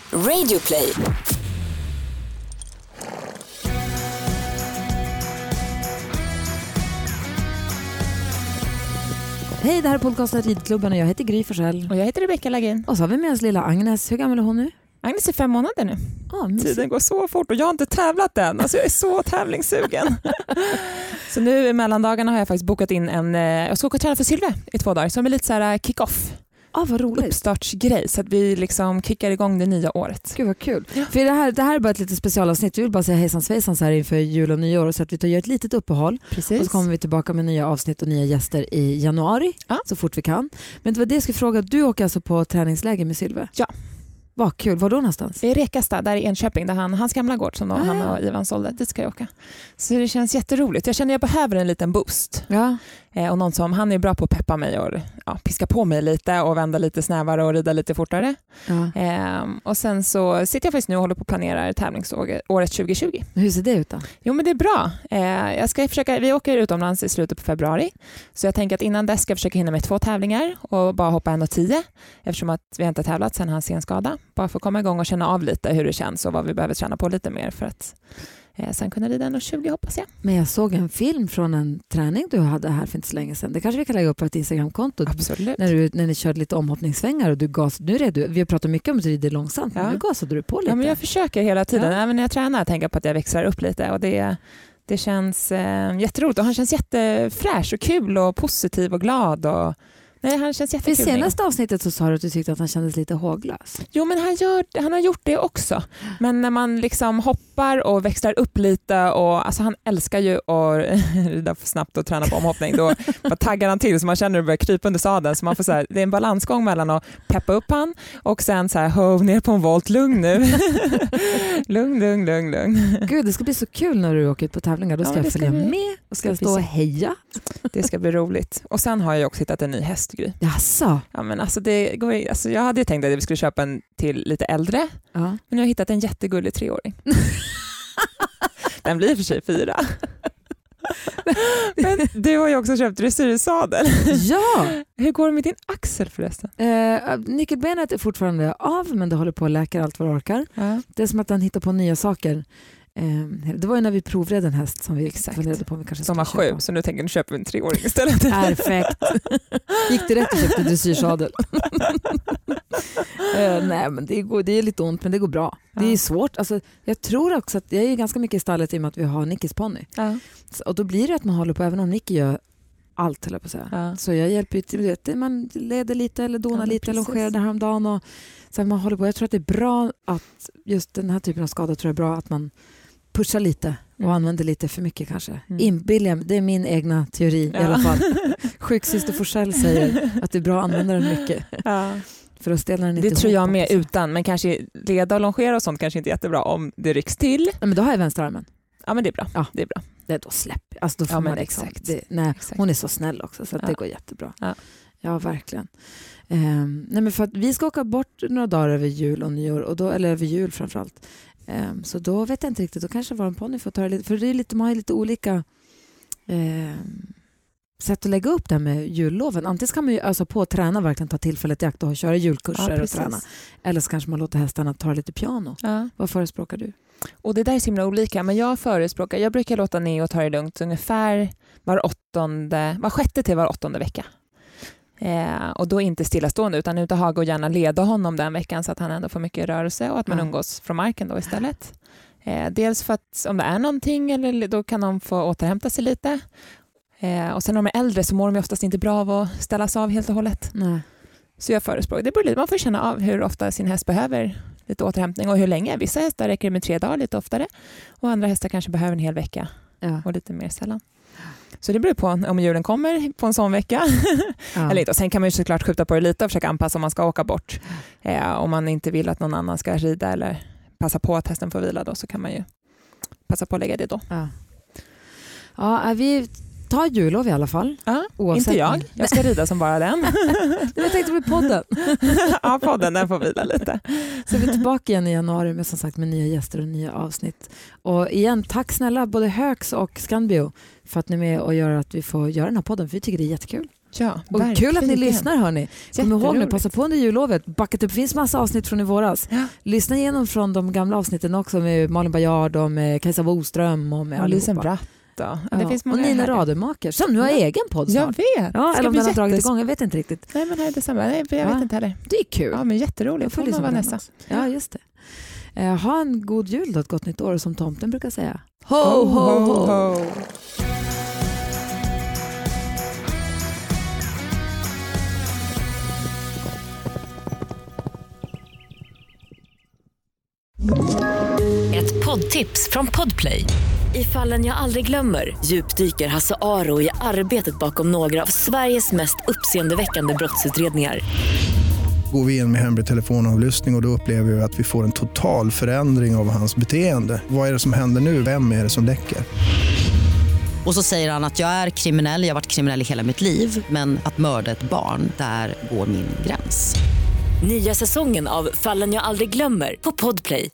Radioplay. Hej, det här är podcasten Ridklubben och jag heter Gry Forssell. Och jag heter Rebecca Lagin. Och så har vi med oss lilla Agnes. Hur gammal är hon nu? Agnes är 5 månader nu. Tiden går så fort och jag har inte tävlat än. Alltså jag är så tävlingssugen. Så nu i mellandagarna har jag faktiskt bokat in jag ska åka och träna för Sylve i 2 dagar. Som är lite så här kick-off. Vad roligt. Uppstartsgrej så att vi liksom kickar igång det nya året. Gud vad kul. Ja. För det här är bara ett litet specialavsnitt. Vi vill bara säga hejsan svejsan så här inför jul och nyår så att vi gör ett litet uppehåll. Precis. Och så kommer vi tillbaka med nya avsnitt och nya gäster i januari så fort vi kan. Men det var det jag skulle fråga. Du åker alltså på träningsläger med Sylve? Ja. Vad kul. Var då någonstans? I Rekasta, där i Enköping, där hans gamla gård som han och Ivan sålde. Dit ska jag åka. Så det känns jätteroligt. Jag känner att jag behöver en liten boost. Ja. Och någon som, han är bra på att peppa mig och piska på mig lite och vända lite snävare och rida lite fortare. Ja. Och sen så sitter jag faktiskt nu och håller på att planera tävlingsåret 2020. Hur ser det ut då? Jo men det är bra. Jag ska vi åker utomlands i slutet på februari. Så jag tänker att innan dess ska jag försöka hinna med 2 tävlingar och bara hoppa 1,10 eftersom att vi inte har tävlat sedan hans senskada. Bara för att komma igång och känna av lite hur det känns och vad vi behöver träna på lite mer för att sen kunna rida 1,20 hoppas jag. Men jag såg en film från en träning du hade här för inte så länge sedan. Det kanske vi kan lägga upp på ett Instagramkonto. Absolut. När ni körde lite omhoppningssvängar och du gasade. Nu är du. Vi har pratat mycket om att rida långsamt. Men nu gasade du på lite. Ja, men jag försöker hela tiden. Även när jag tränar tänker jag på att jag växlar upp lite. Och det känns jätteroligt. Och han känns jättefräsch och kul och positiv och glad. Och han känns jättekul. För senaste avsnittet så sa du att du tyckte att han kändes lite håglös. Jo, men han har gjort det också. Men när man liksom hoppar och växlar upp lite och alltså han älskar ju att rida för snabbt och träna på omhoppning. Då bara taggar han till så man känner hur det börjar krypa under sadeln. Så man får så här, det är en balansgång mellan att peppa upp han och sen så här hov ner på en volt. Lugn nu. lugn. Gud, det ska bli så kul när du åker ut på tävlingar. Då ska jag följa med och ska stå och heja. Det ska bli roligt. Och sen har jag också hittat en ny häst. Jaså? Ja, men alltså jag hade tänkt att vi skulle köpa en till lite äldre. Men jag har hittat en jättegullig 3-åring. Den blir för sig 4. Men du har ju också köpt dressyrsadel. Ja! Hur går det med din axel förresten? Nyckelbenet är fortfarande av men det håller på att läka allt vad det orkar. Det är som att han hittar på nya saker. Det var ju när vi provred en häst som vi funderade på om vi kanske som var 7, så nu tänker du köpa en 3-åring istället. Perfekt. Gick det rätt och köpte dressyrsadel? Nej, men det är lite ont men det går bra. Det är svårt. Alltså, jag tror också att jag är ganska mycket i stallet i och med att vi har Nickis ponny. Och då blir det att man håller på, även om Nicky gör allt höll jag på att säga. Så jag hjälper ju, man leder lite eller donar lite eller longerar det häromdagen och så man håller på. Jag tror att det är bra att just den här typen av skada tror jag är bra att man pushar lite och använder lite för mycket kanske. Det är min egna teori i alla fall. Sjuksyster Forssell säger att det är bra att använda den mycket. För att ställa den inte. Det tror jag med utan, men kanske leda och longera och sånt kanske inte är jättebra om det rycks till. Nej, men då har jag vänsterarmen. Ja, men det är bra. Ja. Det är bra. Det då släpper. Alltså då får man liksom, exakt. Hon är så snäll också så att det går jättebra. Ja, verkligen. Nej, men för att vi ska åka bort några dagar över jul och nyår och då, eller över jul framförallt. Så då vet jag inte riktigt. Då kanske var en ponny får ta det lite. För det är lite, man har lite olika sätt att lägga upp det med julloven. Antingen ska man ju alltså på att träna verkligen ta tillfället i akt och köra julkurser och träna. Eller så kanske man låter hästarna ta lite piano. Vad förespråkar du? Och det där är så himla olika. Men jag brukar låta ner och ta det lugnt ungefär var 6:e till var 8:e vecka. Och då inte stillastående utan ut och haga och gärna leda honom den veckan så att han ändå får mycket rörelse och att man umgås från marken då istället. Dels för att om det är någonting eller då kan de få återhämta sig lite. Och sen när de är äldre så mår de oftast inte bra av att ställas av helt och hållet. Nej. Så jag förespråkar man får känna av hur ofta sin häst behöver lite återhämtning och hur länge. Vissa hästar räcker det med 3 dagar lite oftare och andra hästar kanske behöver en hel vecka och lite mer sällan. Så det beror på om julen kommer på en sån vecka. Eller inte. Och sen kan man ju såklart skjuta på det lite och försöka anpassa om man ska åka bort. Om man inte vill att någon annan ska rida eller passa på att hästen får vila då så kan man ju passa på att lägga det då. Ja, vi tar jullov i alla fall. Inte jag. Jag ska rida som bara den. Jag tänkte på podden. Ja, podden den får vila lite. Så vi är tillbaka igen i januari med som sagt med nya gäster och nya avsnitt. Och igen, tack snälla både Högs och Scanbio för att ni är med och gör att vi får göra den här podden. För vi tycker det är jättekul. Ja, och kul att ni lyssnar, hörni. Kom ihåg nu, passa på under jullovet. Backa upp, finns massa avsnitt från i våras. Ja. Lyssna igenom från de gamla avsnitten också med Malin Bajard och med Kajsa Boström och med Lisen Bratt. Ja. Det finns många och Nina Rademacher som nu har egen podd snart. Jag vet. Ja, eller om den har dragit igång, jag vet inte riktigt. Nej, men det är detsamma. Jag vet inte heller. Det är kul. Ja, men jätteroligt. Får man Vanessa. Ja, just det. Ha en god jul då, ett gott nytt år som tomten brukar säga. Ho, ho, ho, ho. Ett poddtips från Podplay. I Fallen jag aldrig glömmer djupdyker Hasse Aro i arbetet bakom några av Sveriges mest uppseendeväckande brottsutredningar. Går vi in med hemlig telefonavlyssning och då upplever vi att vi får en total förändring av hans beteende. Vad är det som händer nu? Vem är det som läcker? Och så säger han att jag är kriminell, jag har varit kriminell i hela mitt liv. Men att mörda ett barn, där går min gräns. Nya säsongen av Fallen jag aldrig glömmer på Podplay.